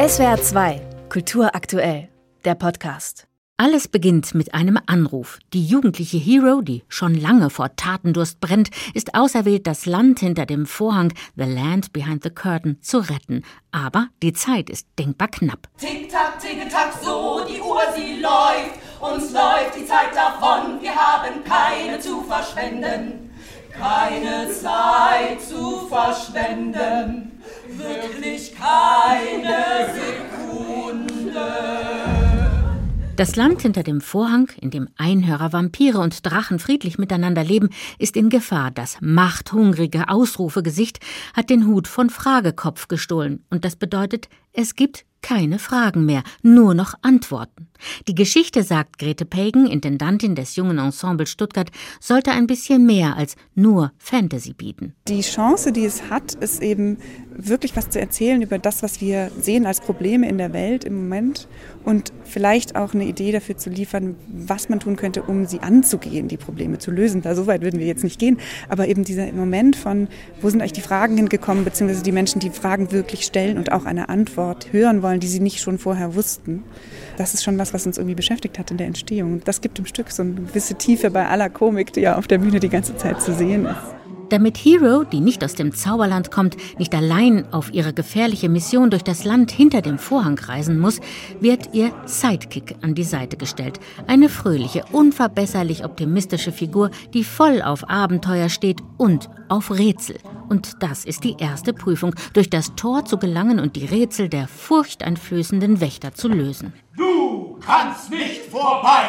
SWR 2, Kultur aktuell, der Podcast. Alles beginnt mit einem Anruf. Die jugendliche Hero, die schon lange vor Tatendurst brennt, ist auserwählt, das Land hinter dem Vorhang, the land behind the curtain, zu retten. Aber die Zeit ist denkbar knapp. Tick-Tack, Tick-Tack, so die Uhr, sie läuft. Uns läuft die Zeit davon, wir haben keine zu verschwenden. Keine Zeit zu verschwenden, wirklich keine Sekunde. Das Land hinter dem Vorhang, in dem Einhörner, Vampire und Drachen friedlich miteinander leben, ist in Gefahr. Das machthungrige Ausrufegesicht hat den Hut von Fragekopf gestohlen. Und das bedeutet, es gibt keine Fragen mehr, nur noch Antworten. Die Geschichte, sagt Grete Pagan, Intendantin des Jungen Ensembles Stuttgart, sollte ein bisschen mehr als nur Fantasy bieten. Die Chance, die es hat, ist eben wirklich was zu erzählen über das, was wir sehen als Probleme in der Welt im Moment und vielleicht auch eine Idee dafür zu liefern, was man tun könnte, um sie anzugehen, die Probleme zu lösen. Da so weit würden wir jetzt nicht gehen, aber eben dieser Moment von, wo sind eigentlich die Fragen hingekommen, beziehungsweise die Menschen, die Fragen wirklich stellen und auch eine Antwort hören wollen, die sie nicht schon vorher wussten. Das ist schon was uns irgendwie beschäftigt hat in der Entstehung. Das gibt im Stück so eine gewisse Tiefe bei aller Komik, die ja auf der Bühne die ganze Zeit zu sehen ist. Damit Hero, die nicht aus dem Zauberland kommt, nicht allein auf ihre gefährliche Mission durch das Land hinter dem Vorhang reisen muss, wird ihr Sidekick an die Seite gestellt. Eine fröhliche, unverbesserlich optimistische Figur, die voll auf Abenteuer steht und auf Rätsel. Und das ist die erste Prüfung, durch das Tor zu gelangen und die Rätsel der furchteinflößenden Wächter zu lösen. Du kannst nicht vorbei,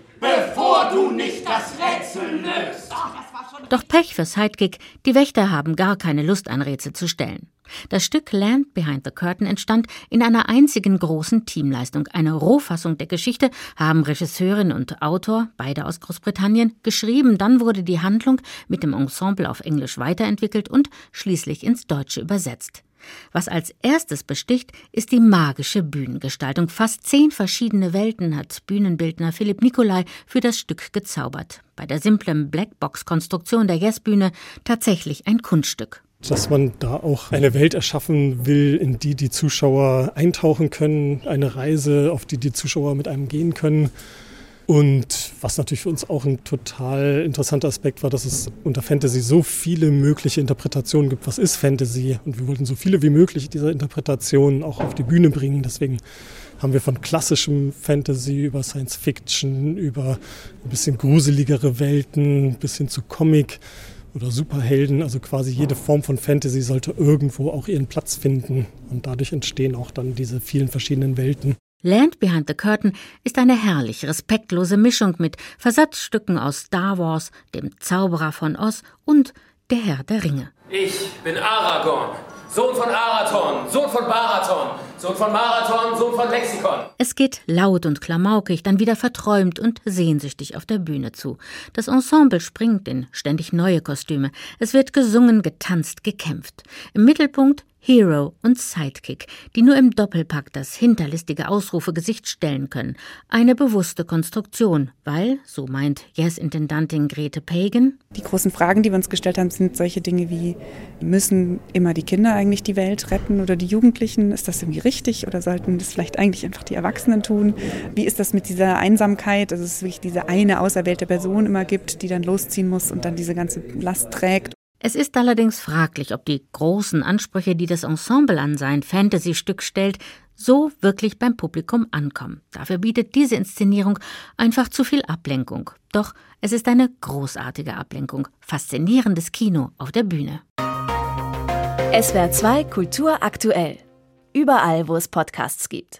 bevor du nicht das Rätsel löst. Doch Pech für Sidekick, die Wächter haben gar keine Lust, ein Rätsel zu stellen. Das Stück Land Behind the Curtain entstand in einer einzigen großen Teamleistung. Eine Rohfassung der Geschichte haben Regisseurin und Autor, beide aus Großbritannien, geschrieben. Dann wurde die Handlung mit dem Ensemble auf Englisch weiterentwickelt und schließlich ins Deutsche übersetzt. Was als erstes besticht, ist die magische Bühnengestaltung. Fast 10 verschiedene Welten hat Bühnenbildner Philipp Nicolai für das Stück gezaubert. Bei der simplen Blackbox-Konstruktion der Yes-Bühne tatsächlich ein Kunststück. Dass man da auch eine Welt erschaffen will, in die die Zuschauer eintauchen können, eine Reise, auf die die Zuschauer mit einem gehen können. Und was natürlich für uns auch ein total interessanter Aspekt war, dass es unter Fantasy so viele mögliche Interpretationen gibt. Was ist Fantasy? Und wir wollten so viele wie möglich dieser Interpretationen auch auf die Bühne bringen. Deswegen haben wir von klassischem Fantasy über Science Fiction, über ein bisschen gruseligere Welten, bis hin zu Comic oder Superhelden. Also quasi jede Form von Fantasy sollte irgendwo auch ihren Platz finden. Und dadurch entstehen auch dann diese vielen verschiedenen Welten. Land Behind the Curtain ist eine herrlich respektlose Mischung mit Versatzstücken aus Star Wars, dem Zauberer von Oz und der Herr der Ringe. Ich bin Aragorn, Sohn von Arathorn, Sohn von Barathon, Sohn von Marathon, Sohn von Lexikon. Es geht laut und klamaukig, dann wieder verträumt und sehnsüchtig auf der Bühne zu. Das Ensemble springt in ständig neue Kostüme. Es wird gesungen, getanzt, gekämpft. Im Mittelpunkt Hero und Sidekick, die nur im Doppelpack das hinterlistige Ausrufegesicht stellen können. Eine bewusste Konstruktion, weil, so meint Yes-Intendantin Grete Pagan, die großen Fragen, die wir uns gestellt haben, sind solche Dinge wie, müssen immer die Kinder eigentlich die Welt retten oder die Jugendlichen? Ist das irgendwie richtig oder sollten das vielleicht eigentlich einfach die Erwachsenen tun? Wie ist das mit dieser Einsamkeit, dass es wirklich diese eine auserwählte Person immer gibt, die dann losziehen muss und dann diese ganze Last trägt? Es ist allerdings fraglich, ob die großen Ansprüche, die das Ensemble an sein Fantasy-Stück stellt, so wirklich beim Publikum ankommen. Dafür bietet diese Inszenierung einfach zu viel Ablenkung. Doch es ist eine großartige Ablenkung, faszinierendes Kino auf der Bühne. SWR 2 Kultur aktuell. Überall, wo es Podcasts gibt.